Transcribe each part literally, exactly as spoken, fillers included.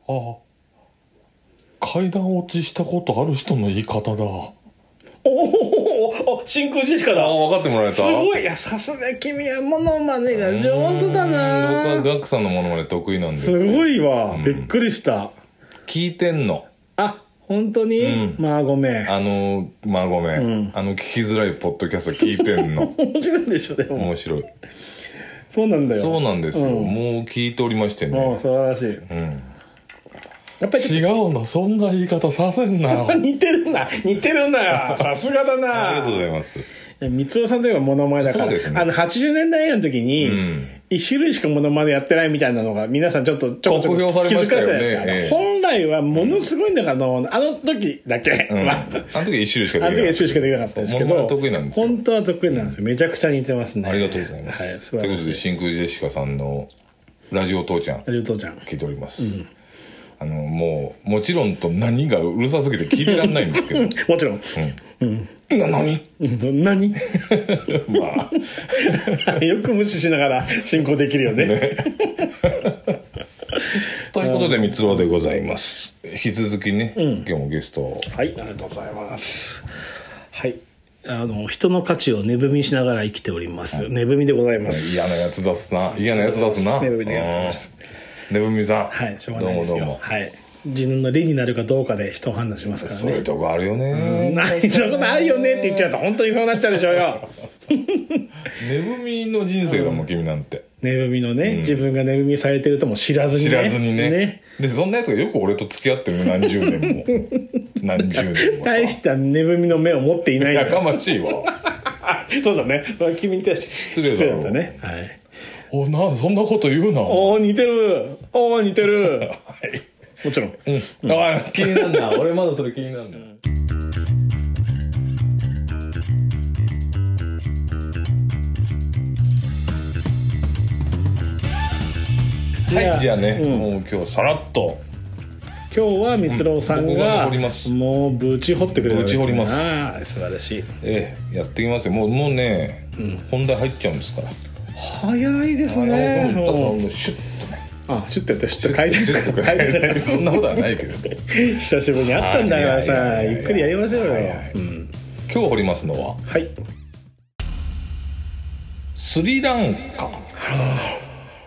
あ階段落ちしたことある人の言い方だ。 おお、真空ジェシカだ。 あ分かってもらえた。 すごい。いやさすが君はモノマネが上手だな。 僕はガクさんのモノマネ得意なんですよ。 すごいわ、 うん、 びっくりした。 聞いてんの。 あ本当に、うん、まあごめん。 あのまあごめん、うん、あの聞きづらいポッドキャスト聞いてんの。 面白いでしょ。でも面白い。 そうなんだよ。 そうなんですよ、うん、もう聞いておりましてね。 あ素晴らしい、うん、 やっぱり違うの、そんな言い方させんなよ。 似てるな似てるなさすがだな。 ありがとうございます。 三尾さんといえばモノマネだから、そうですね、あのはちじゅうねんだいの時に、うん、いち種類しかモノマネやってないみたいなのが皆さんちょっとちょっと公表されましたよね。 ええ、本来はものすごいんだから、うん、あの時だけ、うん、 あの時いち種類しかできなかった。 あの時いち種類しかできなかったですけど、 得意なんですよ。 本当は得意なんですよ。めちゃくちゃ似てますね。 ありがとうございます、はい、ということで真空ジェシカさんのラジオ父ちゃんラジオ父ちゃん聞いております、うん、あのもうもちろんと何がうるさすぎて聞いてらんないんですけどもちろん、うんうん、な何何まあよく無視しながら進行できるよね。ねということで三つ葉でございます。引き続きね、うん、今日もゲストを。 はい、ありがとうございます。はい、あの人の価値を値踏みしながら生きております、はい、値踏みでございます。 嫌なやつ出すな嫌なやつ出すな。 値踏みでやってました。 値踏みさん、 はい、しょうがないですよ。どうもどうも。はい、自分の利になるかどうかで人を判断しますからね。 そういうとこあるよね。 ない、そういうことあるよねって言っちゃうと本当にそうなっちゃうでしょうよ。 値踏みの人生だもん、うん、君なんて。 値踏みのね、うん、自分が値踏みされてるとも知らずにね。 知らずにね。ねでそんなやつがよく俺と付き合ってるね、何十年も何十年もさ。大した値踏みの目を持っていない。やかましいわ。 そうだね。君に対して失礼だろ。 失礼だね。はい。 おなそんなこと言うな。 お似てる。お似てる。はい。もちろん。 うん。あ気になんだ。俺まだそれ気になんだ。うんはい、じゃあね、うん、もう今日さらっと今日は光郎さんが、 うん、がもうぶち掘ってくれる。 ぶち掘ります。 ああ素晴らしい。 ええやってきますよ。もうもうね、うん、本題入っちゃうんですから。 早いですね。 もうシュッとね。 あシュッとやってシュッと書いてシュッと書いてない。そんなことはないけど。 久しぶりに会ったんだからさ、ゆっくりやりましょうよ。はいはい、 うん、今日掘りますのは、 はい、 スリランカ。はあ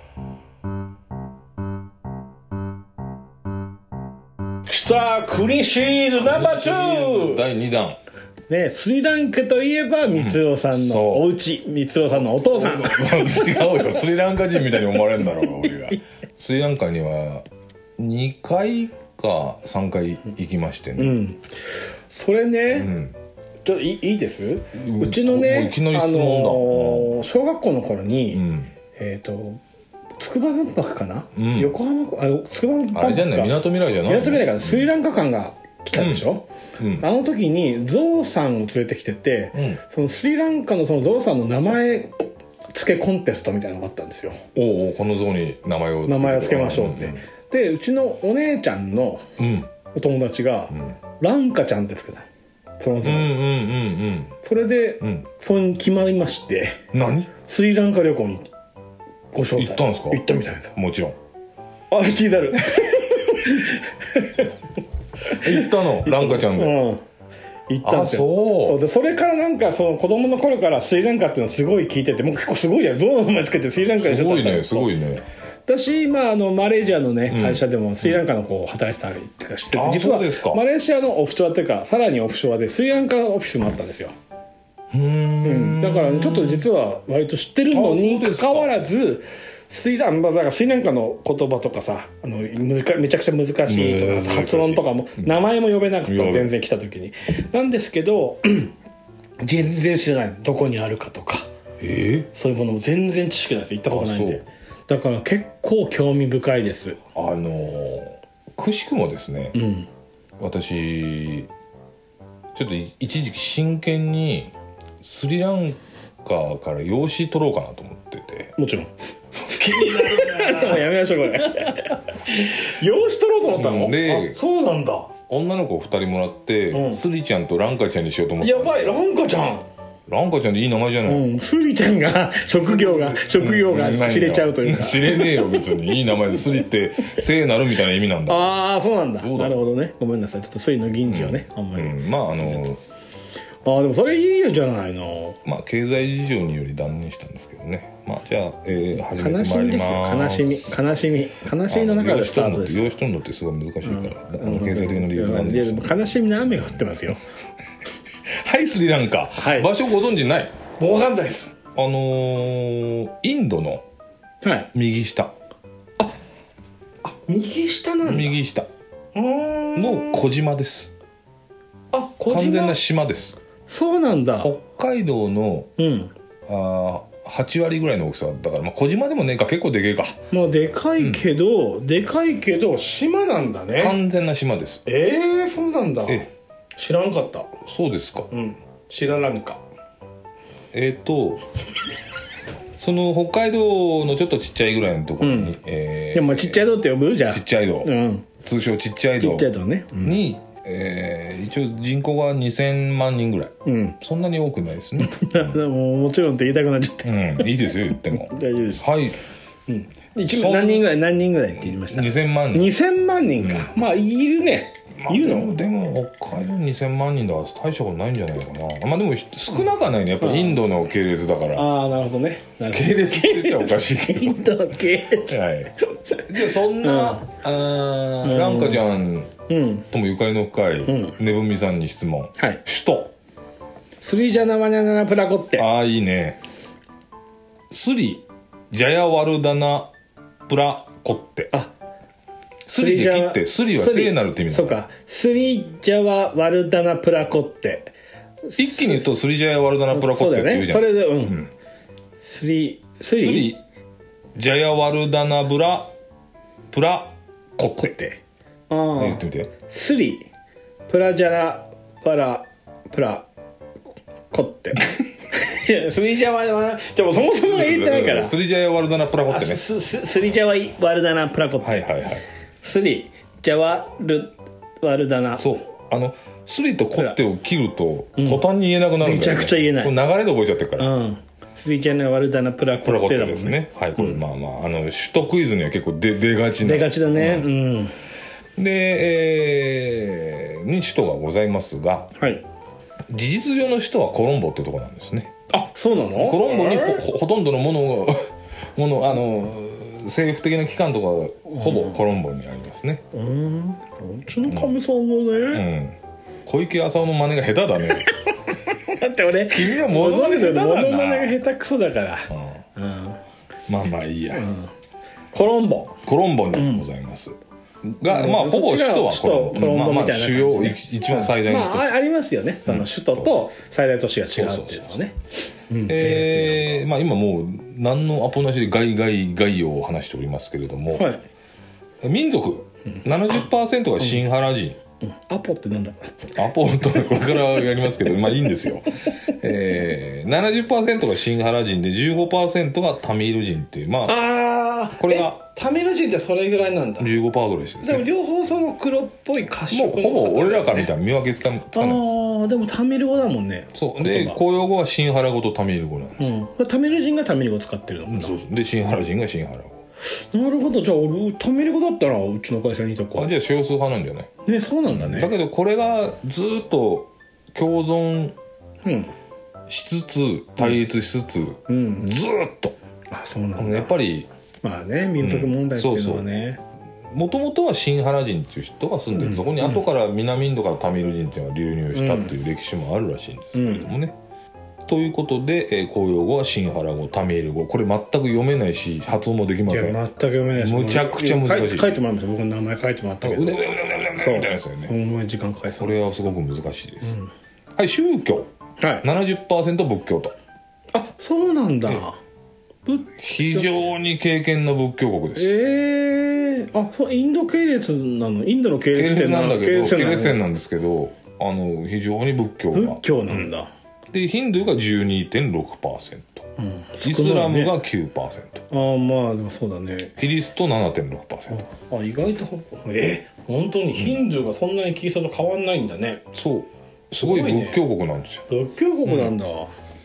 スタークリーンシリーズナンバーツーだいにだん、 ね、スリランカといえば光郎さんのお家、うん、光郎さんのお父さん。 違うよ、スリランカ人みたいに思われるんだろうが俺が。スリランカにはにかいかさんかい行きましてね、うん、 それね、うん、ちょっといいです、うん、うちのね、 いきなり質問だ、あのー、小学校の頃に、うん、えっ、ー、と筑波万博かな、うん、横浜あ筑波万博あれじゃない、みなとみらいじゃない、 みなとみらいからスリランカ館が来たでしょ、うんうん、あの時にゾウさんを連れてきてて、うん、そのスリランカのそのゾウさんの名前付けコンテストみたいなのがあったんですよ。 おおこのゾウに名前を名前を付けましょうって、うんうん、でうちのお姉ちゃんのお友達が、うん、ランカちゃんって付けたそのゾウ、うんうんうんうん、それで、うん、それに決まりまして、 何スリランカ旅行にご招待行ったんですか。 行ったみたいです。 もちろん。 あ聞いてある。 行ったのランカちゃんで、うん、 行ったんですよ。そうそうでそれからなんかその子供の頃からスリランカっていうのすごい聞いてて、もう結構すごいじゃん、どう名前つけてスリランカでしょ。 すごいねすごいね。 私今あのマレーシアのね会社でもスリランカの子を働いてたりとかしてて、うん、実はマレーシアのオフショアっていうかさらにオフショアでスリランカオフィスもあったんですよ。うーん、うん、だからちょっと実は割と知ってるのにかかわらずスリランカだからスリランカの言葉とかさあのむかめちゃくちゃ難しいとか発音とかも名前も呼べなかった、全然来た時になんですけど全然知らないどこにあるかとか、えー、そういうものも全然知識ないです。行ったことないんで。だから結構興味深いです。 あのくしくもですね、うん、私ちょっと一時期真剣にスリランカから養子取ろうかなと思ってて。 もちろん気になるな。ちょっとやめましょうこれ。養子取ろうと思ったの、うん、でそうなんだ。 女の子ふたりもらって、うん、スリちゃんとランカちゃんにしようと思ってたんですよ。 やばいランカちゃんランカちゃんでいい名前じゃない、 うん、スリちゃんが職業が職業が知れちゃうというか、 知れねえよ別に。いい名前でスリって聖なるみたいな意味なんだ。 ああそうなんだ。なるほどね、ごめんなさい、ちょっとスリの銀次をね、うん、あんまり、うん、 まああのああでもそれいいよじゃないの。 まあ経済事情により断念したんですけどね。まあじゃあ、えー、始めてまいります。 悲しみ悲しみ悲しみの中でスタートです。 養子取るのってすごい難しいから、うん、あの経済的な理由で断念した。 悲しみの雨が降ってますよ。 はいスリランカ、はい、場所ご存知ない？ もう分かんないです。 あのー、インドの右下、はい、 ああ右下なんだ。 右下の小島です。 あ小島、 完全な島です。 そうなんだ。 北海道の、うん、あはち割ぐらいの大きさだから、まあ、小島でもねえか、結構でけえか。 まあでかいけど、うん、でかいけど島なんだね。 完全な島です。 ええー、そうなんだ。え知らんかった。 そうですか。 うん、知らなんか。 えっ、ー、とその北海道のちょっとちっちゃいぐらいのところに、うんえー、 でもちっちゃい道って呼ぶじゃん。 ちっちゃい道、うん、通称ちっちゃい道ちっちゃい道ね、うん、に、 えー、一応人口がにせんまんにんぐらい、うん、そんなに多くないですね。 でももちろんって言いたくなっちゃって、 うん、いいですよ言っても大丈夫です。 はい、 うん、一番何人ぐらい何人ぐらいって言いました？ にせんまんにん。 にせんまんにんか、うん、まあいるね。 まあ、いるの？でも北海道にせんまんにんだから大したことないんじゃないかな。まあでも少なくはないね。やっぱインドの系列だから。 ああなるほどね。なるほど系列って言ったらおかしいけど。 インドの系列。 はい。じゃあそんな、うん、あランカちゃんともゆかりの深いねぶみさんに質問。はい。首都。 スリジャナワニャナナプラコッテ。 ああいいね。スリジャヤワルダナプラコッテ。あ。スリで切ってスリは聖なるって意味そうか。スリジャワワルダナプラコッテ。 一気に言うとスリジャヤワルダナプラコッテって言うじゃん。 それでうん、うん、スリスリスリジャヤワルダナブラプラコッテ。 ああ言ってみて。 スリプラジャラワラプラコッテ。いやスリジャワはじゃあそもそも言ってないから。 スリジャヤワルダナプラコッテね。 ス, ス, スリジャワワルダナプラコッテ。 はいはいはい。 スリジャワルワルダナ。 そうあのスリとコッテを切ると途端に言えなくなるんだよね、うん、めちゃくちゃ言えない。 これ流れで覚えちゃってるから、うん、 スリジャワルダナプラコッテ、ね、プラコッテですね。はいこれ、うん、まあまああの首都クイズには結構出出がちな出がちだね、うんうん、で、えー、に首都がございますが、はい、事実上の首都はコロンボっていうところなんですね。 あそうなの。 コロンボに ほ, ほとんどのものがものあの政府的な機関とかほぼコロンボにありますね。 うん、うちのかみさんもね、うん、 小池浅尾の真似が下手だね。 だって俺君はモノマネ下手だな。モノマネが下手くそだから、 うんうん、まあまあいいや、うん、 コロンボコロンボにございます、うん、が、まあほぼ首都はコロンボ、 コロンボみたいな感じ、ね、 まあまあ主要一番最大の都市、 まあ、ありますよねその首都と最大都市が違うっていうのはね。 えーまあ、今もう何のアポなしで概概概要を話しておりますけれども、はい、民族 ななじゅっパーセント がシンハラ人、 うんうん、アポってなんだ。 アポとこれからやりますけどまあいいんですよ、えー、ななじゅっパーセント がシンハラ人で じゅうごパーセント がタミール人っていうまああこれがタミル人ってそれぐらいなんだ。 じゅうごパーセント ぐらいですね。 でも両方その黒っぽい褐色の、 ね、もうほぼ俺らから見たら見分けつかないです。ああでもタミル語だもんね。 そうで公用語はシンハラ語とタミル語なんです、うん、 これタミル人がタミル語使ってるのかな、うん、 そうそうでシンハラ人がシンハラ語。 なるほど。じゃあ俺タミル語だったらうちの会社にいた子。 あじゃあ少数派なんじゃないね。そうなんだね。 だけどこれがずっと共存しつつ、うん、対立しつつ、うん、ずっと、 あそうなんだ。 やっぱりまあね民族問題っていうのはね、 もともとはシンハラ人っていう人が住んでる、うん、そこに後から南インドからタミル人っていうのが流入したっていう歴史もあるらしいんですけれどもね、うん、ということで、えー、公用語はシンハラ語タミル語これ全く読めないし発音もできません。 いや全く読めないしむちゃくちゃ難しい。 書いてもらいました。僕の名前書いてもらったけどうねうねうねうねうねみたいなですよね。 その時間かかりそう。 これはすごく難しいです、うん、はい宗教、はい、ななじゅっパーセント 仏教と。 あそうなんだ。 非常に敬虔な仏教国です。 えー、あそうインド系列なの。インドの系列店なんだけど系列店なんですけどあの非常に仏教が仏教なんだ、 うん、でヒンドゥーが じゅうにてんろくパーセント、うん、イスラムが きゅうパーセント、 ね、あまあでもそうだね。 キリスト ななてんろくパーセント。 あ意外とえ本当にヒンドゥーがそんなにキリストと変わんないんだね、 うん、そうすごい仏教国なんですよ。 仏教国なんだ、うん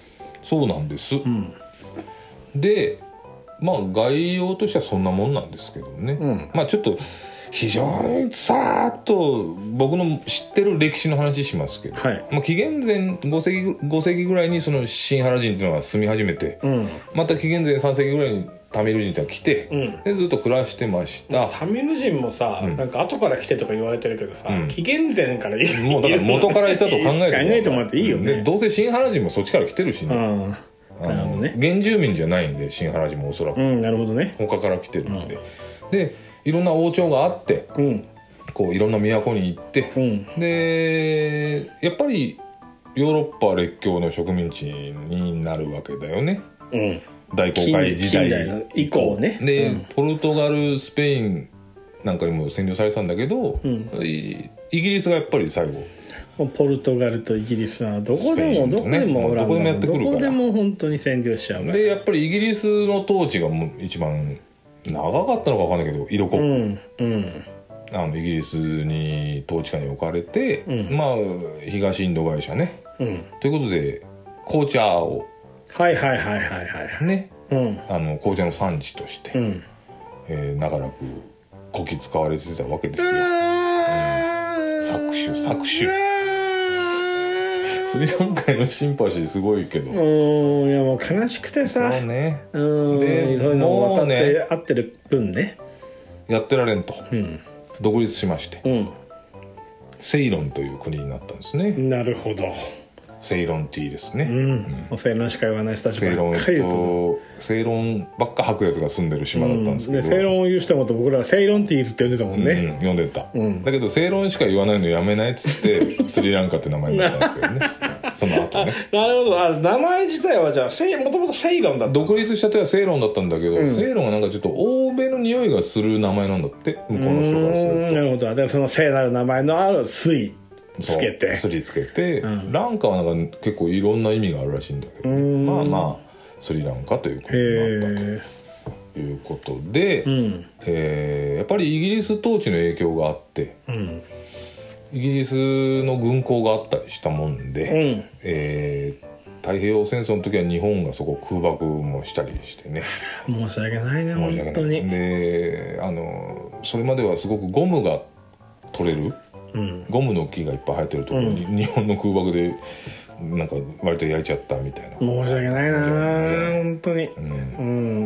そうなんです、 うん、 でまあ概要としてはそんなもんなんですけどね、うん、まあちょっと非常にさらっと僕の知ってる歴史の話しますけど、はい、まあ、紀元前ご世紀、ご世紀ぐらいにその新原人っていうのが住み始めて、うん、また紀元前さん世紀ぐらいにタミル人ってのが来て、うん、でずっと暮らしてました。 タミル人もさ、うん、なんか後から来てとか言われてるけどさ、うん、紀元前からいるもうだから元からいたと考えて考えてもらっていいよね。 でどうせ新原人もそっちから来てるしね、 うん、なるほどね。 原住民じゃないんで新原人もおそらく、 うん、なるほどね、 他から来てるんで、うん、でいろんな王朝があって、うん、こういろんな都に行って、うん、でやっぱりヨーロッパ列強の植民地になるわけだよね、うん、大航海時代以降ね。 で、うん、ポルトガルスペインなんかにも占領されてたんだけど、うん、イギリスがやっぱり最後ポルトガルとイギリスはどこでも、ね、どこでもどこでもやってくるから、 どこでも本当に占領しちゃうから。 でやっぱりイギリスの統治がもう一番長かったのか分かんないけど色濃く、うんうん、あのイギリスに統治下に置かれて、うん、まあ東インド会社ね、うん、ということで紅茶をはいはいはいはいはいね、うん、あの紅茶の産地として、うん、えー、長らくこき使われてたわけですよ、うん、搾取搾取スリランカへのシンパシーすごいけど、 うん、いやもう悲しくてさ、 そうね、 うん、でそういうのも渡って合ってる分ねやってられんと、うん、独立しまして、うん、セイロンという国になったんですね。 なるほど、 セイロンティーですね、うんうん、セイロンしか言わない人たちばっかりセイロンとセイロンばっか吐くやつが住んでる島だったんですけど、うん、 でセイロンを言う人も僕らはセイロンティーズって呼んでたもんね、 うん、呼んでた、うん、だけどセイロンしか言わないのやめないっつってスリランカって名前になったんですけどねその後ねなるほど、あ名前自体はじゃあもともとセイロンだった、 独立した時はセイロンだったんだけど、うん、セイロンがなんかちょっと欧米の匂いがする名前なんだって向こうの人からすると。 なるほど、でその聖なる名前のある水つけてスリつけて、うん、ランカはなんか結構いろんな意味があるらしいんだけど、まあまあスリランカということになったということで、うん、えー、やっぱりイギリス統治の影響があって、うん、イギリスの軍港があったりしたもんで、うん、えー、太平洋戦争の時は日本がそこ空爆もしたりしてね、 申し訳ないね本当に。 であのそれまではすごくゴムが取れる、うん、ゴムの木がいっぱい生えてるところに、うん、日本の空爆でなんか割と焼いちゃったみたいな。 申し訳ないな本当に、うんうん、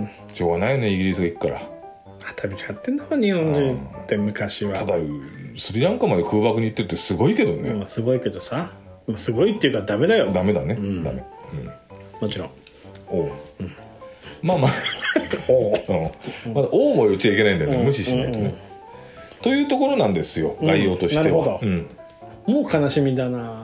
しょうがないよねイギリスが行くから。 当たり前やってんだもん日本人って昔は。 ただスリランカまで空爆に行ってるってすごいけどね、 うん、すごいけどさ、すごいっていうかダメだよ。 ダメだね、うん、ダメ、 うん、もちろんおう、うん、まあまあおう、うん、まだおうも言っちゃいけないんだよね、うん、無視しないとね、うんうん、というところなんですよ概要としては、うん、なるほど、うん、 もう悲しみだな。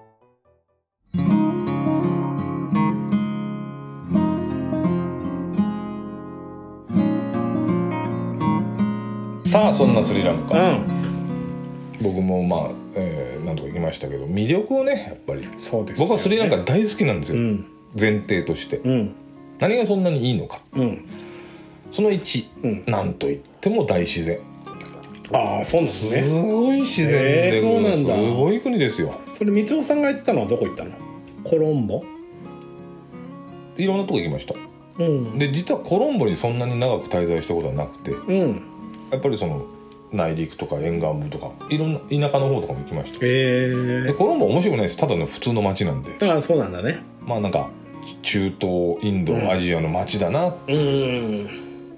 さあそんなスリランカ、うん、僕もまあ、えー、なんとか行きましたけど魅力をねやっぱりそうです、ね、僕はスリランカ大好きなんですよ、うん、前提として、うん、何がそんなにいいのか、うん、そのいち、うん、なんといっても大自然。 ああそうなんですね。 すごい自然で、えー、そうなんだ、すごい国ですよ。 それ光雄さんが行ったのはどこ行ったの？コロンボ？ いろんなとこ行きました、うん、で実はコロンボにそんなに長く滞在したことはなくて、うん、やっぱりその内陸とか沿岸部とかいろんな田舎の方とかも行きました。へー。でコロンボ面白くないです。ただの普通の街なんで。 ああそうなんだね。 まあなんか中東インド、うん、アジアの街だなって、うん、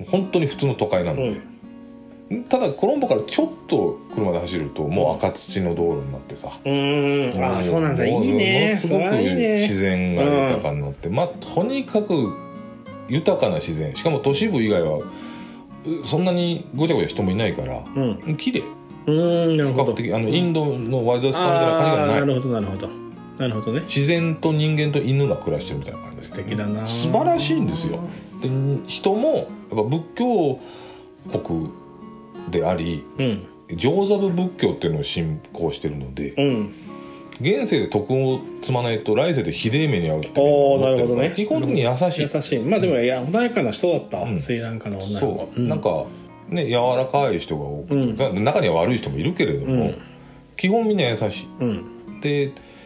本当に普通の都会なんで、うん、ただコロンボからちょっと車で走るともう赤土の道路になってさ、うん、 ああそうなんだ、いいね。 ものすごく自然が豊かになって、うん、まあとにかく豊かな自然、しかも都市部以外はそんなにごちゃごちゃ人もいないから、うん、綺麗。うんなるほど。比較的あのインドのワイザスさんみたいな感じがない。 なるほどなるほどなるほどね。 自然と人間と犬が暮らしてるみたいな感じです、ね、 素敵だな。 素晴らしいんですよ。で人もやっぱ仏教国であり、うん、上座部仏教っていうのを信仰してるので、うん、現世で徳を積まないと来世でひでえ目に遭うって思ってる。なるほどね。基本的に優しい、 優しい。まあでもいや穏やかな人だった、うん、スリランカの女の子。 そう、うん、なんかね柔らかい人が多くて、うん、中には悪い人もいるけれども、うん、基本みんな優しい、うん、で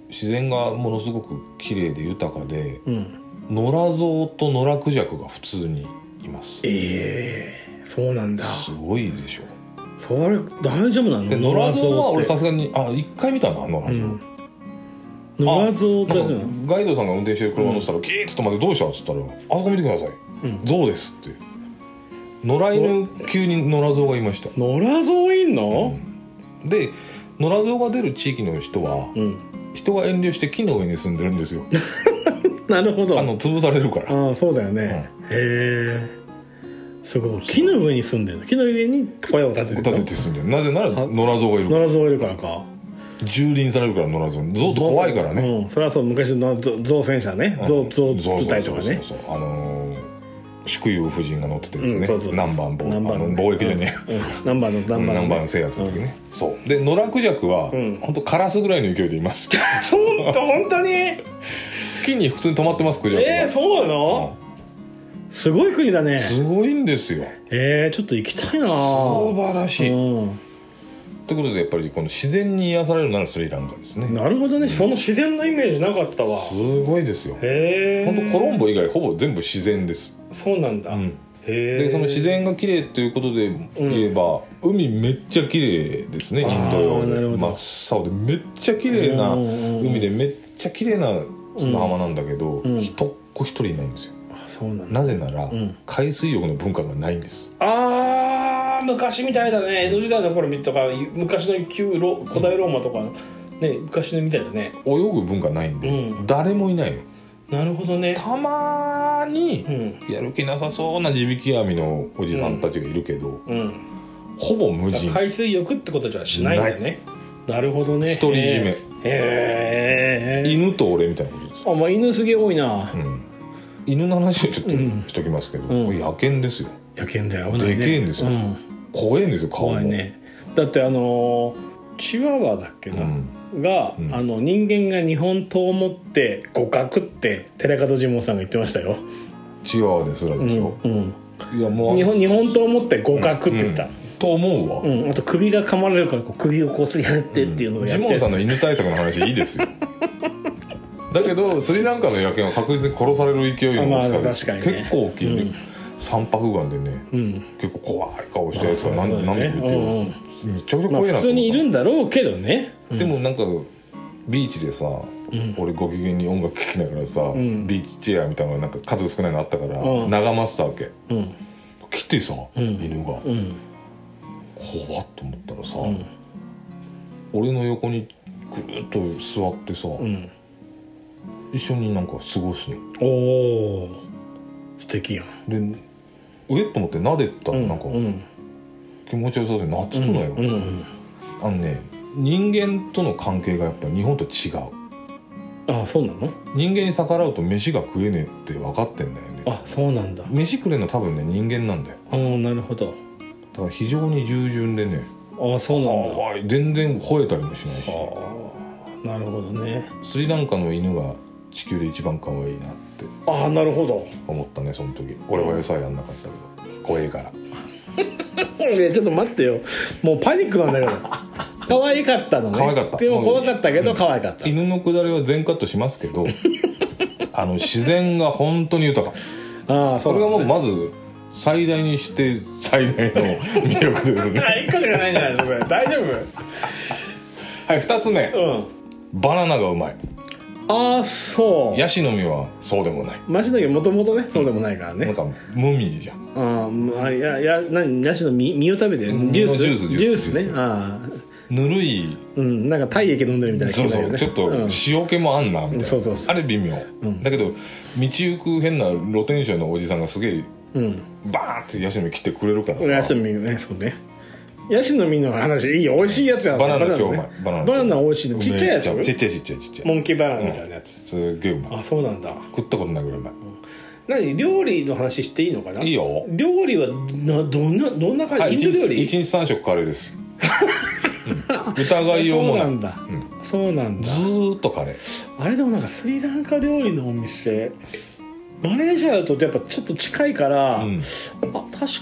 自然がものすごく綺麗で豊かで、 うん、 野良ゾウと野良クジャクが普通にいます。 ええー、そうなんだ。 すごいでしょ。 それ大丈夫なの？ で野良ゾウは俺さすがにあ一回見たな野良ゾウ、うん、 野良ゾウってガイドさんが運転してる車乗せたら、うん、キーッと止まってどうしたっつったら、あそこ見てください、うん、ゾウですって。野良犬急に野良ゾウがいました。 野良ゾウいんの、 うん、で野良ゾウが出る地域の人は、うん、人が遠慮して木の上に住んでるんですよ。 なるほど。 あの潰されるから。 ああそうだよね、うん、へえすごい。木の上に住んでるの？木の上に小屋を建ててるの？建てて住んでる。なぜなら野良ゾウがいるから。野良ゾウがいるからか。 蹂躙されるから野良ゾウ。ゾウと怖いからね。 うん、それはそう。昔のゾウ戦車ね、ゾウゾウ部隊とかね。 そうそうそうそう、あのー、祝友夫人が乗っててですね、うん、何番貿易じゃねえ、 何番の何番何番制圧の時ね、うん、そうで野良クジャクは、うん、本当カラスぐらいの勢いでいます。 本当本当に木に普通に止まってますクジャクが。 えー、そうなの、うん、すごい国だね。 すごいんですよ。 えー、ちょっと行きたいな。 素晴らしい、うん、ということでやっぱりこの自然に癒されるならスリランカですね。 なるほどね、うん、その自然のイメージなかったわ。 すごいですよ。 へえ。 本当コロンボ以外ほぼ全部自然です。 そうなんだ、うん、へでその自然が綺麗ということで言えば、うん、海めっちゃ綺麗ですね。インド洋で真っ青でめっちゃ綺麗な海でめっちゃ綺麗な砂浜なんだけど、うん、一っ子一人いないんですよ。 あ、そうなんだ。 なぜなら、うん、海水浴の文化がないんです。 あー昔みたいだね。江戸時代の頃とか昔の旧ロ古代ローマとか、ね、昔のみたいだね。 泳ぐ文化ないんで、うん、誰もいないの。 なるほどね。 たまにやる気なさそうな地引き網のおじさんたちがいるけど、うんうん、ほぼ無人。海水浴ってことじゃしないんだね。なるほどね。 独り占め。 へー。 犬と俺みたいなことです。 あ、まあ、犬すげえ多いな、 うん、犬の話をちょっとしときますけど、うん、野犬ですよ。 野犬だよ。危ないね。 でけえんですよ、うん、怖えんですよ顔も。 怖いね。だってあのー、チワワだっけな、うんが、うん、あの人間が日本刀を持って互角って寺門ジモンさんが言ってましたよ。 チワワですらでしょ、うんうん、いやもう日本日本刀を持って互角って言った、うんうん、 と思うわ、 うん、あと首が噛まれるからこう首をこうすり合ってっていうのをやって、 うん、ジモンさんの犬対策の話いいですよ。だけどスリランカの野犬は確実に殺される勢いの大きさです、まあね、結構大きいんで、うん、三白眼でね、うん、結構怖い顔したやつが何でも言ってる、めちゃくちゃ怖いなと思った、まあ、 普通にいるんだろうけどね、 うん、でもなんかビーチでさ、うん、俺ご機嫌に音楽聴きながらさ、うん、ビーチチェアみたいなのがなんか数少ないのあったから、うん、眺まってたわけ、うん、来てさ、うん、犬が、うん、怖っと思ったらさ、うん、俺の横にぐるっと座ってさ、うん、一緒になんか過ごすの。 おー素敵やん。 でえっと思って撫でたらなんか、うん、気持ちよさそうに懐くのよ、うんうんうん、あのね人間との関係がやっぱ日本と違う。 ああそうなの。人間に逆らうと飯が食えねえって分かってんだよね。 あそうなんだ。 飯くれるのは多分ね人間なんだよ。 ああなるほど。 だから非常に従順でね。 ああそうなんだ。 は全然吠えたりもしないし。 あなるほどね。 スリランカの犬が地球で一番可愛いなってああなるほど思ったねその時。俺は餌やんなかったけど怖いから。 いやちょっと待ってよもうパニックなんだけど。可愛かったのね。 可愛かった。 でも怖かったけど可愛かった。 犬のくだりは全カットしますけどあの自然が本当に豊か。ああそう、ね、それがもうまず最大にして最大の魅力ですね。 いっこしかないんじゃないですか大丈夫。 はいふたつめ、うん、バナナがうまい。 ああそうヤシの実はそうでもない。 ヤシの実もともとねそうでもないからね、 なんか無味じゃん。 ああいやいや何ヤシの実実を食べてジュースジュースジュースね。ああぬるい、 うん、なんか体液飲んでるみたいな気がするよね。 そうそうちょっと塩気もあんなみたいな、うん、そうそうそうあれ微妙、うん、だけど道行く変な露天商のおじさんがすげえ、うん、バーってヤシの実切ってくれるからさ。 ヤシの実ねそうねヤシの実の話いいよ美味しいやつや。 バナナ超うまい。バナナバナナ美味しいのちっちゃいやつ。 ちっちゃいちっちゃいちっちゃいモンキーバナナみたいなやつ、 うん、すっげえうまい。 あそうなんだ。 食ったことないぐらいうまい、うん、 何料理の話していいのかな。 いいよ。 料理はなどんなどんな感じ、はい、インド料理いちにちさん食カレーです、うん、疑いようもない。そうなんだ、うん、そうなんだ。ずーっとカレー。 あれでもなんかスリランカ料理のお店マレーシアだとやっぱちょっと近いから、うん、あ確かあっ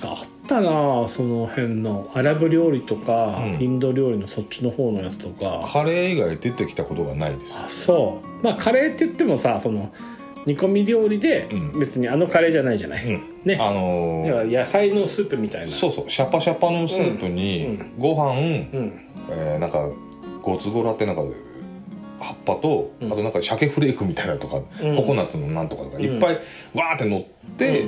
たな、その辺のアラブ料理とか、うん、インド料理のそっちの方のやつとか。 カレー以外出てきたことがないです。 あ、そう。まあカレーって言ってもさ、その煮込み料理で別にあのカレーじゃないじゃない、うん、ね、あのー、野菜のスープみたいな。 そうそう、シャパシャパのスープにご飯、うんうん、えー、なんかゴツゴラってなんか葉っぱと、うん、あとなんか鮭フレークみたいなとか、うん、ココナッツのなんとかとか、うん、いっぱいわーって乗って、うん、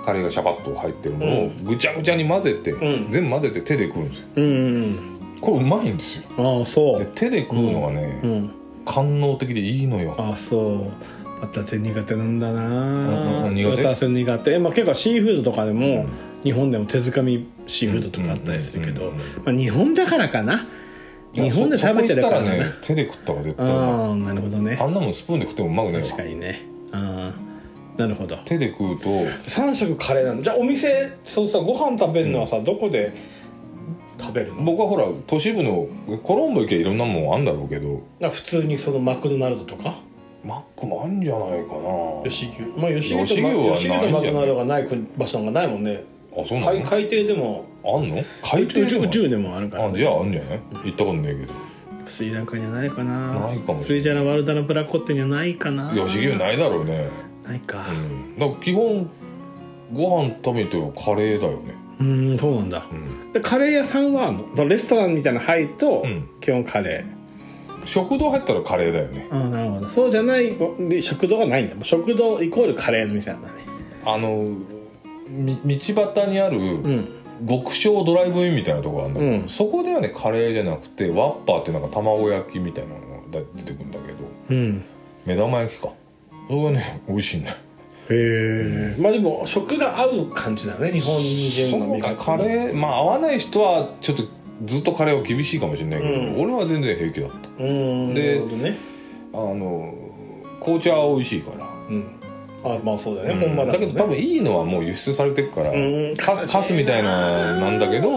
カレーがシャパッと入ってるのをぐちゃぐちゃに混ぜて、うん、全部混ぜて手で食うんですよ、うんうん、これうまいんですよ。 あ、そう。 で手で食うのはね、うんうん、官能的でいいのよ。 あ、そう。バター苦手なんだな、うん、苦手。バター苦手、まあ、結構シーフードとかでも、うん、日本でも手づかみシーフードとかあったりするけど、まあ、日本だからかな。日本で食べてるからね、手で食った方が絶対うまい。 ああ、なるほどね。 あんなもんスプーンで食ってもうまくないわ。 確かにね。ああ、なるほど。 手で食うとさん食カレーなんだ。じゃあお店、そうさ、ご飯食べるのはさ、うん、どこで食べるの？ 僕はほら都市部のコロンボ行けばいろんなもんあるんだろうけど、 普通にそのマクドナルドとかマックもあるんじゃないかな。 吉牛、まあ吉牛とマクドナルドがない場所がないもんね。 あ、そうなの？ 海底でもあんの？海底でも宇宙でもあるから、 ね、あ、じゃああるんじゃない？行ったことないけど。 スリランカにはないかな。 ないかも。 スリジャラワルダナブラコッテにはないかな。 吉牛ないだろうね。 ないか。 うん、だから基本ご飯食べてはカレーだよね。 うん、そうなんだ、うん、でカレー屋さんはそのレストランみたいなの入ると、うん、基本カレー。食堂入ったらカレーだよね。 ああ、なるほど。そうじゃない食堂がないんだ。もう食堂イコールカレーの店なんだね。 あの道端にある、うん、極小ドライブインみたいなところがあるんだけど、うん、そこではねカレーじゃなくてワッパーってなんか卵焼きみたいなのが出てくるんだけど、うん、目玉焼きか、それがね美味しいんだよ。 へえ、うん、まあでも食が合う感じだね、日本人の味覚。 カレー、まあ合わない人はちょっとずっとカレーは厳しいかもしれないけど、うん、俺は全然平気だった。うん、で、なるほどね。あの紅茶は美味しいから、うん、 あ、まあそうだね、うん、 本場だ、ね、だけど多分いいのはもう輸出されてるから、うん、カスみたいななんだけど、うん、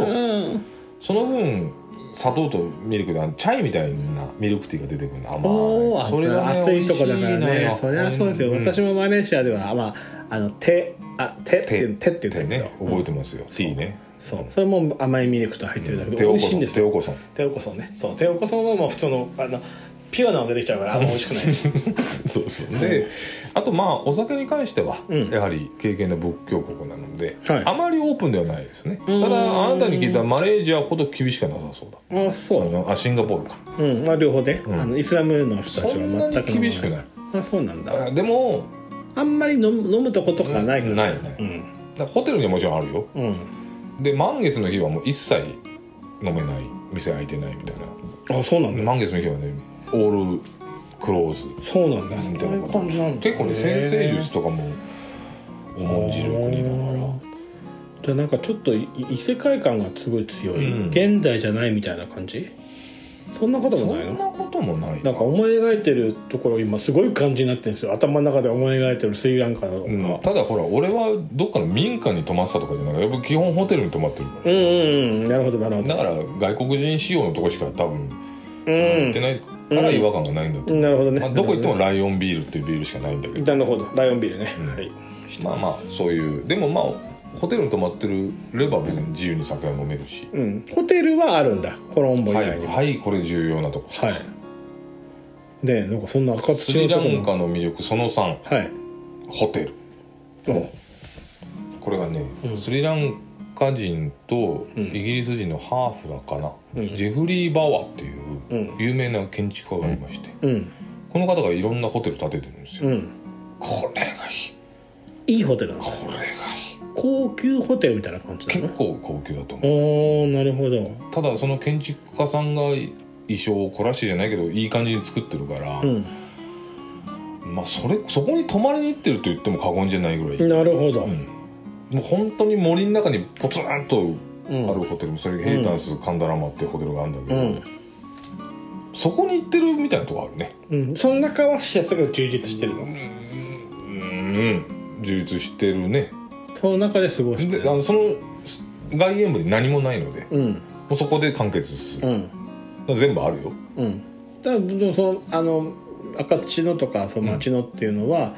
その分砂糖とミルクでチャイみたいなミルクティーが出てくるの。甘い。それがね、 暑いとこだからね。そりゃそうですよ、うん、私もマレーシアでは、まあ、あの手あ手っていう手って言ってね、覚えてますよ、うん、ティーね。 そう、それも甘いミルクと入ってるだけど、美味しいんですよ。 テオコソン、 テオコソンね。そう、テオコソンはもう普通のあのピュアなの出てきちゃうからあんま美味しくないです。 そうそうで、あとまあお酒に関しては、うん、やはり敬虔な仏教国なので、はい、あまりオープンではないですね。ただあなたに聞いたマレーシアほど厳しくなさそうだ。あ、そう。あのあシンガポールか。うん、まあ両方で、うん、あのイスラムの人たちは全くそんなに厳しくない。 あ、そうなんだ。 でもあんまり飲む、飲むとことかないから。 ないない。うん、だからホテルにはもちろんあるよ。うん、で満月の日はもう一切飲めない、店開いてないみたいな。 あ、そうなんだ。 満月の日はねオールクローズ。 そうなんだ。 みたいな感じなんだ。結構ね先生術とかも重んじる国だから。 じゃあなんかちょっと異世界感がすごい強い、うん、現代じゃないみたいな感じ。そんなこともないの？ そんなこともないな。 なんか思い描いてるところ今すごい感じになってるんですよ、頭の中で思い描いてるスリランカの、うん、 ただほら俺はどっかの民家に泊まってたとかじゃないから、やっぱ基本ホテルに泊まってるから。うんうんうん、なるほどなるほど。 だから外国人仕様のとこしか多分行ってないから違和感がないんだと思う、うん、なるほどね、まあ、どこ行ってもライオンビールっていうビールしかないんだけど。 なるほど、ライオンビールね、うん、はい。 まあまあそういう、でもまあホテルに泊まってるれば別に自由に酒は飲めるし、 うん、ホテルはあるんだ、コロンボ以外に。 はい、はい、これ重要なとこ。はい。 でなんかそんな赤スリランカの魅力そのさん、はい、ホテル。これがね、うん、スリランカ人とイギリス人のハーフだかな、うん、ジェフリー・バワーっていう有名な建築家がいまして、うん、この方がいろんなホテル建ててるんですよ、うん、これがいいいいホテルなんだ。 これがいい高級ホテルみたいな感じだね。 結構高級だと思う。 おー、なるほど。 ただその建築家さんが衣装を凝らしてじゃないけどいい感じに作ってるから、うん、まあそれそこに泊まりに行ってると言っても過言じゃないぐらい。 なるほど、うん、 もう本当に森の中にポツンとあるホテル、うん、それヘリタンスカンダラマっていうホテルがあるんだけど、うん、そこに行ってるみたいなとこあるね、 うん、その中は施設が充実してるの。うん、 うん、充実してるね。 その中で過ごしてで、あのその外苑部に何もないので、うん、もうそこで完結する、うん、全部あるよ、うん、だからそのあの赤土のとかその町のっていうのは、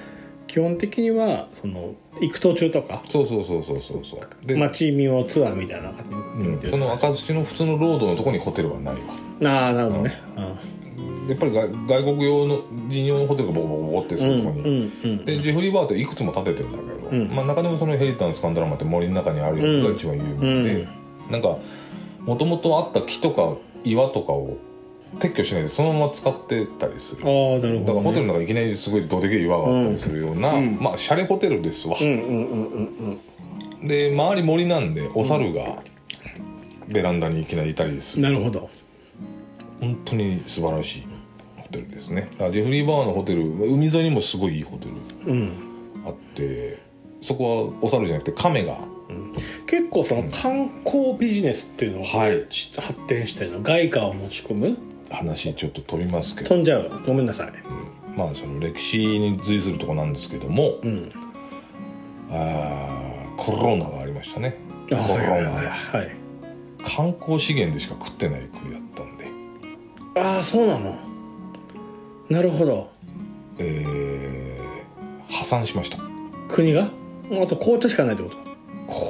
基本的にはその行く途中とかそうそうそうそうそうそうで街見をツアーみたいな感じで、 うん、その赤土の普通のロードのところにホテルはないわ。 ああなるほどね、 うん、やっぱり外国用の人用のホテルがボコボコボコってするところに、うんうんうん、でジェフリーバーっていくつも建ててるんだけど、うんまあ、中でもそのヘリタンスカンドラマって森の中にあるやつが一番有名で、うんうん、なんかもともとあった木とか岩とかを撤去しないでそのまま使ってたりする。 あーなるほどね、 だからホテルの中いきなりすごいどでけえ岩があったりするような、うん、まあシャレホテルですわ、うんうんうんうんうん、で周り森なんでお猿がベランダにいきなりいたりする、 なるほど、 本当に素晴らしいホテルですね。だからジェフリー・バーのホテル海沿いにもすごいいいホテルあって、うん、そこはお猿じゃなくて亀が、 うん、結構その観光ビジネスっていうのが発展してるの、外貨を持ち込む話ちょっと飛びますけど飛んじゃうごめんなさい、 うん、まあその歴史に随するとこなんですけども、うん、あコロナがありましたね。コロナが、はいはい、観光資源でしか食ってない国だったんで。 ああそうなの、なるほど、 えー、破産しました。 国があと紅茶しかないってこと？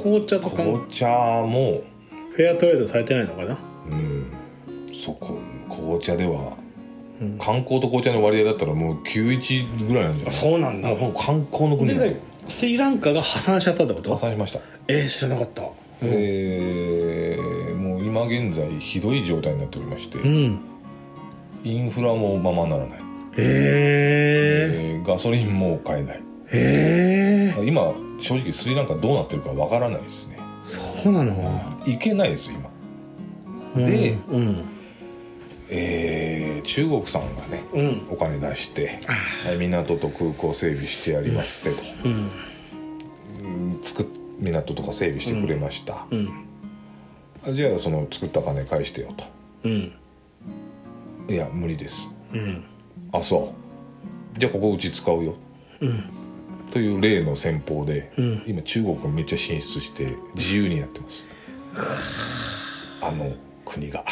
紅茶とか紅茶もフェアトレードされてないのかな。 うんそこ紅茶では、うん、観光と紅茶の割合だったらもうきゅういちぐらいなんじゃない？ そうなんだ。 もう観光の国だよ。 スリランカが破産しちゃったってこと？ 破産しました。 えー、知らなかった、うんえー、もう今現在ひどい状態になっておりまして、うん、インフラもままならない、 へえー、ガソリンも買えない、 へー、 今正直スリランカどうなってるかわからないですね。 そうなの？ 行けないです今、うん、で、うんえー、中国さんがね、うん、お金出して港と空港整備してやりますせと、うんうん、作っ港とか整備してくれました、うんうん、じゃあその作った金返してよと、うん、いや無理です、うん、あそうじゃあここうち使うよ、うん、という例の戦法で、うん、今中国がめっちゃ進出して自由にやってます、あの国が。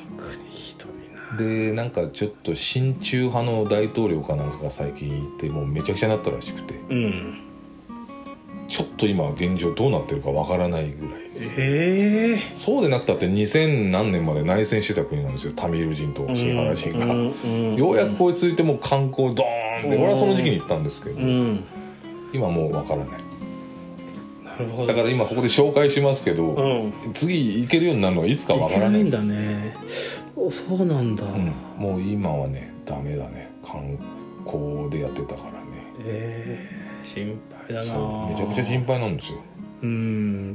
でなんかちょっと親中派の大統領かなんかが最近いてもうめちゃくちゃになったらしくて、うん、ちょっと今現状どうなってるかわからないぐらいです、えー、そうでなくたってにせん何年まで内戦してた国なんですよ、タミール人とシンハラ人が、うんうん、ようやくこいついてもう観光ドーンで、俺はその時期に行ったんですけど、うん、今もうわからない。なるほど。だから今ここで紹介しますけど、うん、次行けるようになるのはいつかわからないです。 行けないんだね。そうなんだ、うん、 もう今はねダメだね、観光でやってたからね。 えー、心配だな。 そうめちゃくちゃ心配なんですよ。 うん、